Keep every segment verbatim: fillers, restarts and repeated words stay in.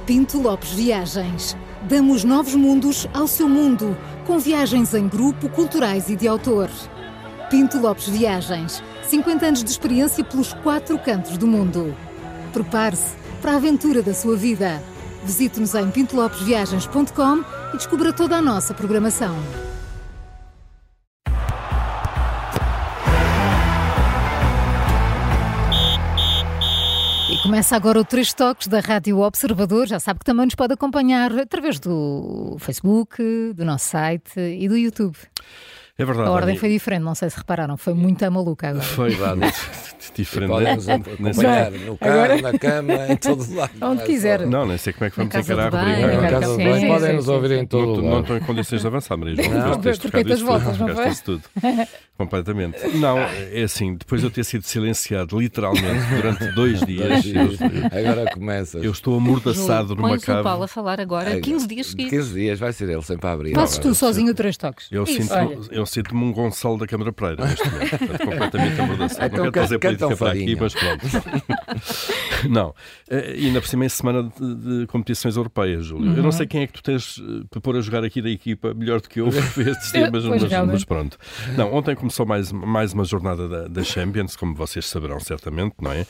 Pinto Lopes Viagens. Damos novos mundos ao seu mundo, com viagens em grupo, culturais e de autor. Pinto Lopes Viagens. cinquenta anos de experiência pelos quatro cantos do mundo. Prepare-se para a aventura da sua vida. Visite-nos em pinto lopes viagens ponto com e descubra toda a nossa programação. E começa agora o Três Toques da Rádio Observador. Já sabe que também nos pode acompanhar através do Facebook, do nosso site e do YouTube. É verdade. A ordem Dani. foi diferente, não sei se repararam, foi muito maluca agora. Foi diferente. Podem-nos acompanhar no carro, Agora... na cama, em todo lado. Onde quiser. Não, nem sei como é que vamos Na casa encarar a de banho, rubrica. na Na agora. casa de Sim, banho, sim, podem sim, nos sim, ouvir sim. em todo Não, não lado. estou em condições de avançar, Maria João. Não. Depois de teres Troquei trocado as isto tudo, voltas, não foi? gastaste tudo. Completamente. Não, é assim, depois de eu ter sido silenciado literalmente durante dois dias, eu, Agora começa. eu estou amordaçado numa Pões o Paulo cave. a falar agora quinze dias seguidos. quinze dias, vai ser ele sempre a abrir. Fazes Agora. tu sozinho Três Toques. Eu Isso, sinto- olha. eu sinto-me um Gonçalo da Câmara Pereira neste momento. Portanto, completamente amordaçado. Então Não quero trazer canta política um para aqui, fadinho. mas pronto. Não. Eh, E ainda por cima em semana de, de competições europeias, Júlio. Eu não sei quem é que tu tens eh, para pôr a jogar aqui da equipa melhor do que eu estes dias, mas, Pois, mas, realmente. mas pronto. Não, ontem começou mais, mais uma jornada da, da Champions, como vocês saberão certamente, não é?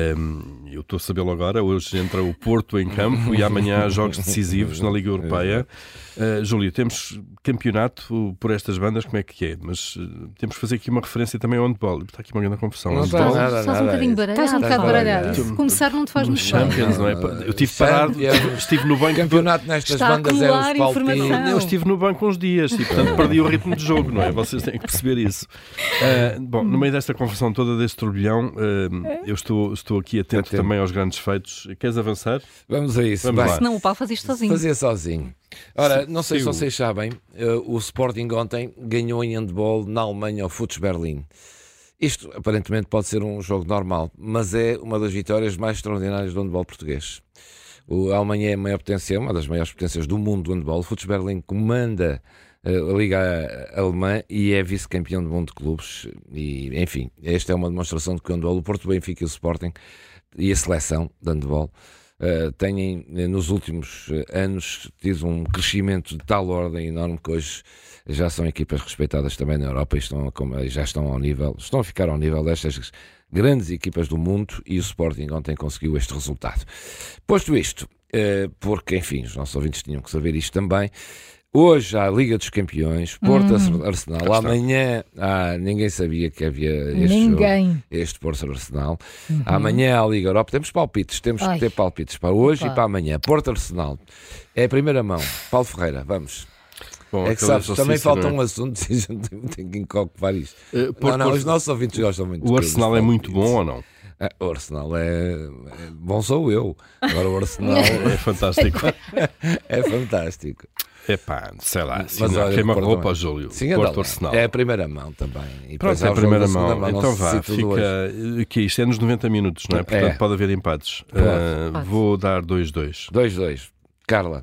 Ehm, eu estou a sabê-lo agora. Hoje entra o Porto em campo e amanhã há jogos decisivos na Liga Europeia. Uh, Júlio, temos campeonato por estas bandas, como é que é? Mas uh, temos que fazer aqui uma referência também ao handball. Está aqui uma grande confusão. Não Handball, está nada, Estás um bocadinho baralhado. Estás um bocado Estás baralhado. baralhado. Se começar não te faz no muito bem. Champions, não é? Eu estive parado, Champions. estive no banco. Campeonato nestas Está a bandas é acumular os palpites. informação. Eu estive no banco uns dias e, portanto, perdi o ritmo de jogo, não é? Vocês têm que perceber isso. Uh, bom, no meio desta confusão toda, deste turbilhão, uh, eu estou, estou aqui atento Atento. também aos grandes feitos. Queres avançar? Vamos a isso. Vamos Bem, lá. Senão o Paulo faz isto sozinho. Fazia sozinho. Ora, não sei se Sim. vocês sabem, eh, o Sporting ontem ganhou em handball na Alemanha ao Futs Berlim. Isto aparentemente pode ser um jogo normal, mas é uma das vitórias mais extraordinárias do handball português. O, a Alemanha é a maior potência, uma das maiores potências do mundo do handball. O Futs Berlim comanda eh, a Liga Alemã e é vice-campeão do mundo de clubes. E, enfim, esta é uma demonstração de que o handball, o Porto, o Benfica e o Sporting e a seleção de handball Uh, têm nos últimos uh, anos tido um crescimento de tal ordem enorme que hoje já são equipas respeitadas também na Europa e estão a, já estão ao nível, estão a ficar ao nível destas grandes equipas do mundo, e o Sporting ontem conseguiu este resultado. Posto isto, uh, porque enfim, os nossos ouvintes tinham que saber isto também. Hoje há a Liga dos Campeões, Porto Hum. Arsenal. Amanhã ah, ninguém sabia que havia este Ninguém. jogo, este Porto Arsenal. Uhum. Amanhã há a Liga Europa. Temos palpites, temos Ai. que ter palpites para hoje Opa. e para amanhã. Porto Arsenal. É a primeira mão. Paulo Ferreira, vamos. Bom, É que aquele sabes, também exercício, falta não é? um assunto e a gente tem que encocupar isto. Uh, Não, Porto- não, os nossos ouvintes gostam muito. O de Arsenal dos é muito palpites. bom ou não? Ah, o Arsenal é, é bom, sou eu. Agora o Arsenal É fantástico. é fantástico. Epá, sei lá, assim, Mas não, olha, queima Porto roupa, também. Júlio. Sim, anda Porto lá. Arsenal. É a primeira mão também. E depois Pronto, é há a o jogo primeira da segunda mão. não Então se vá, decide tudo hoje. fica. Que isto é nos noventa minutos, não é? Portanto, É. pode haver empates. Pode. Uh, Pode. vou dar dois dois. dois dois. Carla.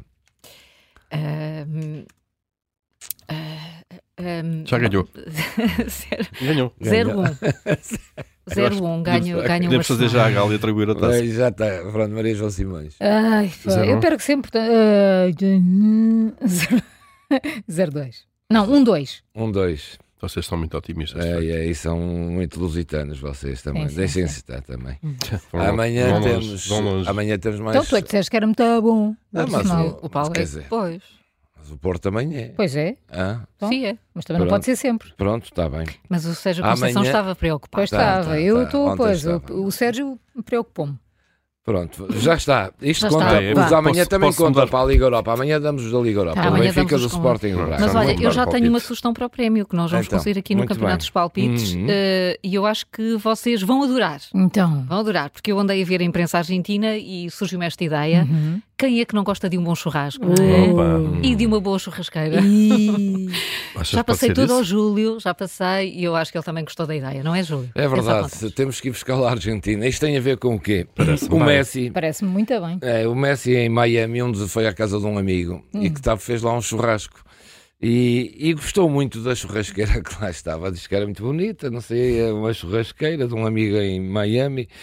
Ahm, ah, ahm, Já ganhou. Zero- Ganhou. Zero um. Zero um. Ganho, ganho o Podemos fazer já a gala e atribuir a taça. Bem, já está. Pronto, Maria João Simões. Ai, pá, Zero eu um. perco sempre. Zero dois. Não, um dois. Um, dois. Vocês são muito otimistas. É, é, e são muito lusitanos vocês também. Sim, sim, Deixem-se sim. estar também. Vão- Amanhã vão longe, temos. vão longe. Amanhã temos mais. Então tu é que disseste que era muito bom. o Ah, mas Arsenal. O Paulo Quer é. dizer- Pois. Mas o Porto também é. Pois é, Ah, Então, Sim, é. mas também não Pronto. pode ser sempre. pronto, está bem. Mas o Sérgio Conceição Amanhã- estava preocupado. Pois Tá, estava, tá, eu tá. estou, Ontem pois, o, estava. o Sérgio preocupou-me. Pronto, já está. Isto Já conta. está. Mas Vá. amanhã Posso- também posso conta mudar? para a Liga Europa. Amanhã damos da Liga Europa. Tá, o amanhã Benfica damos do os com- Sporting do Mas Braga. Mas Já olha, vou eu dar já o tenho uma palpite. sugestão para o prémio que nós vamos Então, conseguir aqui no muito Campeonato bem. dos Palpites Uhum. eh, e eu acho que vocês vão adorar. Então, Vão adorar, porque eu andei a ver a imprensa argentina e surgiu-me esta ideia. uhum. Quem é que não gosta de um bom churrasco? não é? Opa. E de uma boa churrasqueira. E... Achas Já que pode passei ser tudo isso? ao Júlio, já passei e eu acho que ele também gostou da ideia, não é, Júlio? É Pensa ao verdade, contrário. temos que ir buscar lá a Argentina. Isto tem a ver com o quê? Parece-me O bem. Messi, Parece-me muito bem. é, o Messi em Miami, onde foi à casa de um amigo e que tá- fez lá um churrasco. E, e gostou muito da churrasqueira que lá estava. Diz que era muito bonita, não sei, é uma churrasqueira de um amigo em Miami.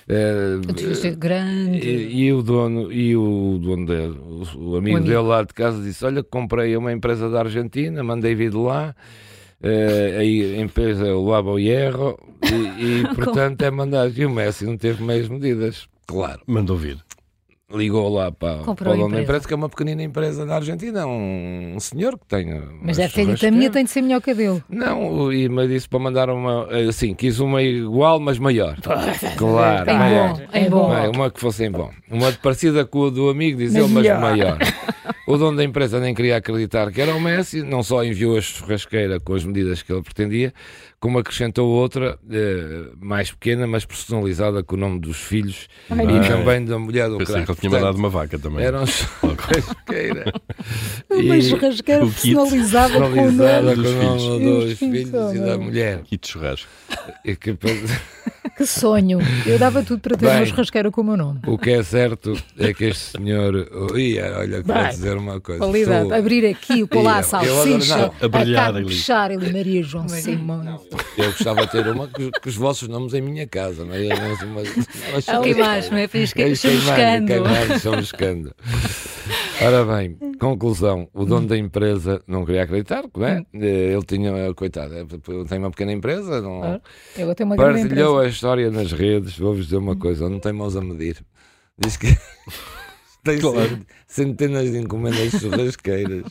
Devia ser grande. E, e o dono, e o, dono dele, o, o amigo, amigo dele lá de casa disse: olha, comprei uma empresa da Argentina, mandei vir de lá, uh, a empresa é o Labo Hierro, e, e portanto é mandar. E o Messi não teve meias medidas, claro. Mandou vir. Ligou lá para, Comprou para o dono a da empresa. empresa, que é uma pequenina empresa da Argentina, um, um senhor que tem. Mas deve ter dito: a minha tem de ser melhor que a dele. Não, e me disse para mandar uma, assim, quis uma igual, mas maior. Claro, Em maior. bom, em bom. Uma, uma que fosse em bom. Uma parecida com a do amigo, diz ele, mas maior. O dono da empresa nem queria acreditar que era o Messi, não só enviou a churrasqueira com as medidas que ele pretendia, como acrescentou outra, eh, mais pequena, mas personalizada, com o nome dos filhos Ai, e ai. também da mulher do Pensei craque. que ele tinha mandado uma vaca também. Era um churrasqueira. Uma churrasqueira o kit personalizada com o personalizada nome. com o nome Dos dos filhos. filhos e da mulher. kit de churrasco. E que, Que sonho! Eu dava tudo para ter Bem. uma churrasqueira com o meu nome. o que é certo é que este senhor, ia, olha, que vou Vai. dizer uma coisa. Qualidade. Sou- Abrir aqui, pôr lá a Eu- eu salsicha, adoro- não, a brilhar carne ali. fechar ali, Maria João Simões. Eu gostava de ter uma com, com os vossos nomes em minha casa, não é? Mas, mas, mas, Que mais, não é? Fiz que- chamuscando. Queimado, chamuscando. Ora bem, conclusão: o dono da empresa não queria acreditar, não é? Ele tinha, coitado, tem uma pequena empresa, não. Ah, Eu tenho uma grande Partilhou empresa. a história nas redes. Vou-vos dizer uma coisa: não tem mãos a medir. Diz que tem Claro. centenas de encomendas churrasqueiras.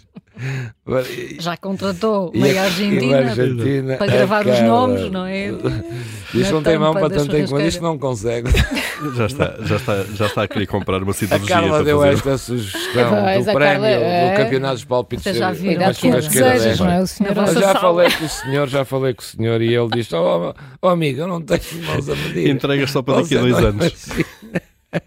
Já contratou E meia a- Argentina, e a Argentina para gravar os acaba- nomes, não é? Diz que Na não tem mão tampa para da tanta encomenda, diz que churrasqueira. não consegue. Já está, já está, já está a querer comprar uma A siderurgia Carla para deu fazer. esta sugestão Pois, do a prémio Carla, é. do Campeonato dos Palpites. Vocês já eh, viram uma Cuidado com os churrasqueira desejos, desta. não é? O senhor Na Eu vossa já sala. falei com o senhor, já falei com o senhor e ele disse: oh, oh amigo, eu não tenho mãos a medir. Entregas só para daqui a Você dois não anos. imagina.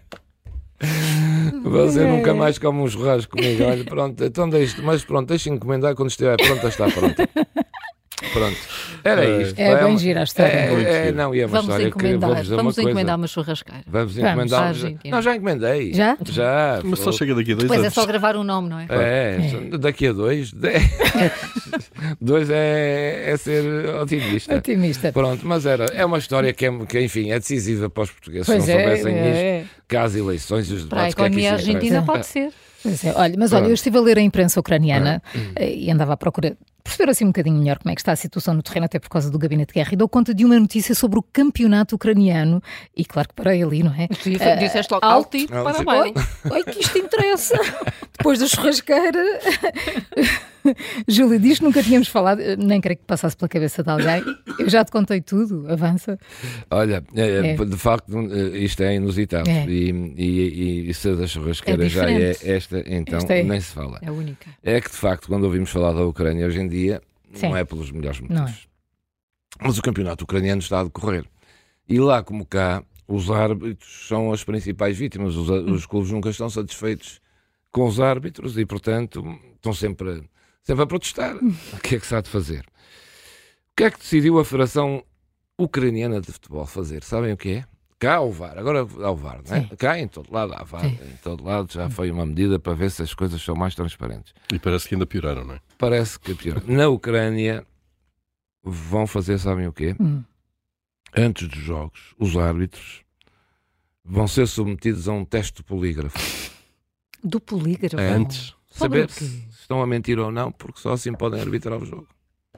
Você nunca mais come um churrasco comigo. Olha, pronto, então deixe, mas pronto, deixe encomendar quando estiver pronta, está pronta. Pronto, era isto. É Foi bem uma- gira a história. É, é, não, e é uma Vamos história que encomendar, vou-vos dizer vamos uma coisa. encomendar uma churrasqueira. Vamos Vamos. encomendar. À Argentina. Não, já encomendei. Já? Já. Mas só chega daqui a dois Pois é anos. só gravar o nome, não é? É, daqui a dois. de- dois é, é ser otimista. Otimista. Pronto, mas era, é uma história que, é, que, enfim, é decisiva para os portugueses. Pois Se não é, soubessem é, isto, é. caso eleições e os Para a debates, que é que economia isso argentina interessa? pode ser. Pois é, olha, mas olha, Pronto. eu estive a ler a imprensa ucraniana eh, e andava à procura perceber assim um bocadinho melhor como é que está a situação no terreno, até por causa do gabinete de guerra, e dou conta de uma notícia sobre o campeonato ucraniano, e claro que parei ali, não é? Sim, Eh, Disseste logo alto. alto e Alto. para Oi, baixo. oi, que isto interessa. Depois da churrasqueira. Júlia, diz que nunca tínhamos falado, nem creio que passasse pela cabeça de alguém. Eu já te contei tudo, avança. Olha, é, É. de facto, isto é inusitado. É. E, e, e ser da churrasqueira É já é diferente. esta, então Esta é- nem se fala. É única. É que, de facto, quando ouvimos falar da Ucrânia hoje em dia, Sim. não é pelos melhores Não motivos. Mas o campeonato ucraniano está a decorrer. E lá como cá, os árbitros são as principais vítimas. Os, os clubes nunca estão satisfeitos com os árbitros e, portanto, estão sempre, sempre a protestar. O que é que se há de fazer? O que é que decidiu a Federação Ucraniana de Futebol fazer? Sabem o que é? Cá há o V A R, agora há o V A R, não é? Sim. Cá em todo lado há V A R, Sim. em todo lado já foi uma medida para ver se as coisas são mais transparentes. E parece que ainda pioraram, não é? Parece que pior. Na Ucrânia vão fazer, sabem o quê? Hum. Antes dos jogos, os árbitros vão ser submetidos a um teste de polígrafo. Do polígrafo. É, Antes. Sobre Saber o quê? se estão a mentir ou não, porque só assim podem arbitrar o jogo.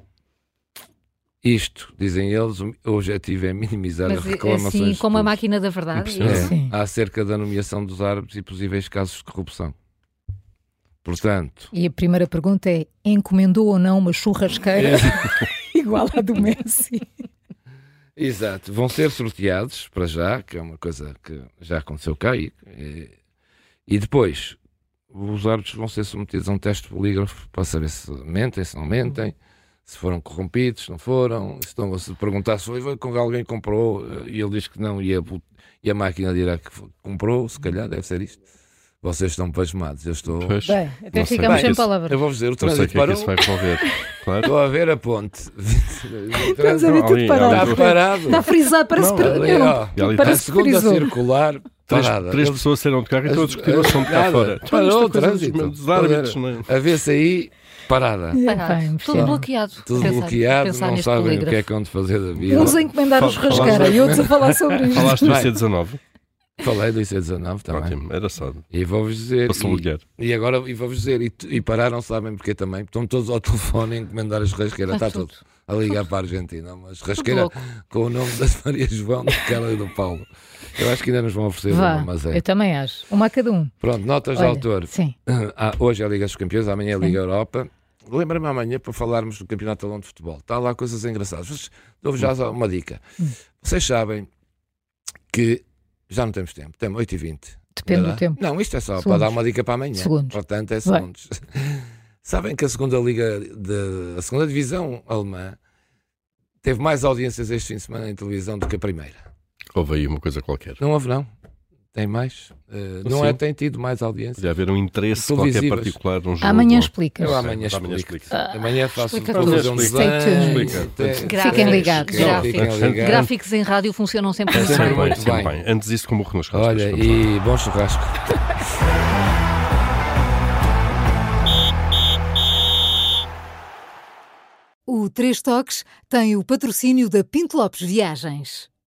Isto, dizem eles, o objetivo é minimizar Mas as reclamações assim, de como a clubes. máquina da verdade. Impressionante. isso. Sim. acerca da nomeação dos árbitros e possíveis casos de corrupção. Portanto, E a primeira pergunta é: encomendou ou não uma churrasqueira igual à do Messi? exato, vão ser sorteados para já, que é uma coisa que já aconteceu cá, e, e, e depois os árbitros vão ser submetidos a um teste de polígrafo para saber se mentem, se não mentem, se foram corrompidos, se não foram, se estão a se perguntar se foi, foi com alguém que comprou e ele diz que não, e a, e a máquina dirá que comprou, se calhar deve ser isto. Vocês estão pasmados, eu estou... Pois. Bem, até Não sei. ficamos Bem, sem eu- palavras. Eu vou dizer, o Não sei o trânsito que é que parou. isso vai resolver. Claro. Estou a ver a ponte. O Estamos a trânsito ver tudo ali, parado. está parado. Está a frisar, parece Não, que ali, eu não- ó. E ali A parece que segunda frisou. circular Três, parada. três Eles- pessoas saíram de carro e estão a discutir o assunto cá Nada. fora. Parou Isto é o coisa trânsito. dos- dos árbitros, não é? A ver se aí Parada. Parado. Bem, Tudo sim. bloqueado. Tudo Pensar- bloqueado, pensar não neste sabem o polígrafo. que é que vão de fazer da vida. Uns a encomendar Fal- os rasqueira e outros a falar sobre isto. Falaste do Vai. I C dezanove? Falei do I C dezanove também. Ótimo, era só E vou-vos dizer. para se ligar. E, e agora e vou-vos dizer, e, e pararam, sabem porque também? Estão todos ao telefone a encomendar as rasqueiras. Está Está tudo. tudo a ligar para a Argentina. Mas Tudo rasqueira louco. com o nome da Maria João, do Carla e do Paulo. Eu acho que ainda nos vão oferecer Vá, uma, mas é. eu também acho. Uma a cada um. Pronto, notas de Olha, autor. Sim. Ah, hoje é a Liga dos Campeões, amanhã é a Sim. Liga Europa. Lembra-me amanhã para falarmos do Campeonato Alemão de Futebol. Está lá coisas engraçadas. Mas dou-vos já uma dica. Hum. Vocês sabem que já não temos tempo. Temos oito e vinte. Depende Não do dá? tempo. Não, isto é só para Segundos. dar uma dica para amanhã. Segundos. Portanto, é Vai. segundos. Sabem que a segunda Liga, de, a segunda Divisão Alemã teve mais audiências este fim de semana em televisão do que a primeira. Houve aí uma coisa qualquer. Não houve, não. Tem mais. Uh, não Sim. é, tem tido mais audiência. Podia haver um interesse qualquer Televisivas. particular num jogo. Amanhã ou- explicas. Eu amanhã Sim, amanhã explico. explica. Amanhã faço Explica vou tudo. fazer um Explica. desenho. Explica. Tem- Gráficos. Fiquem ligados. Fiquem Gráficos. ligados. Gráficos em rádio funcionam sempre muito Sempre bem. muito sempre bem. bem. Antes disso, como o nos cascas. Olha, Vamos lá. e bom churrasco. O Três Toques tem o patrocínio da Pinto Lopes Viagens.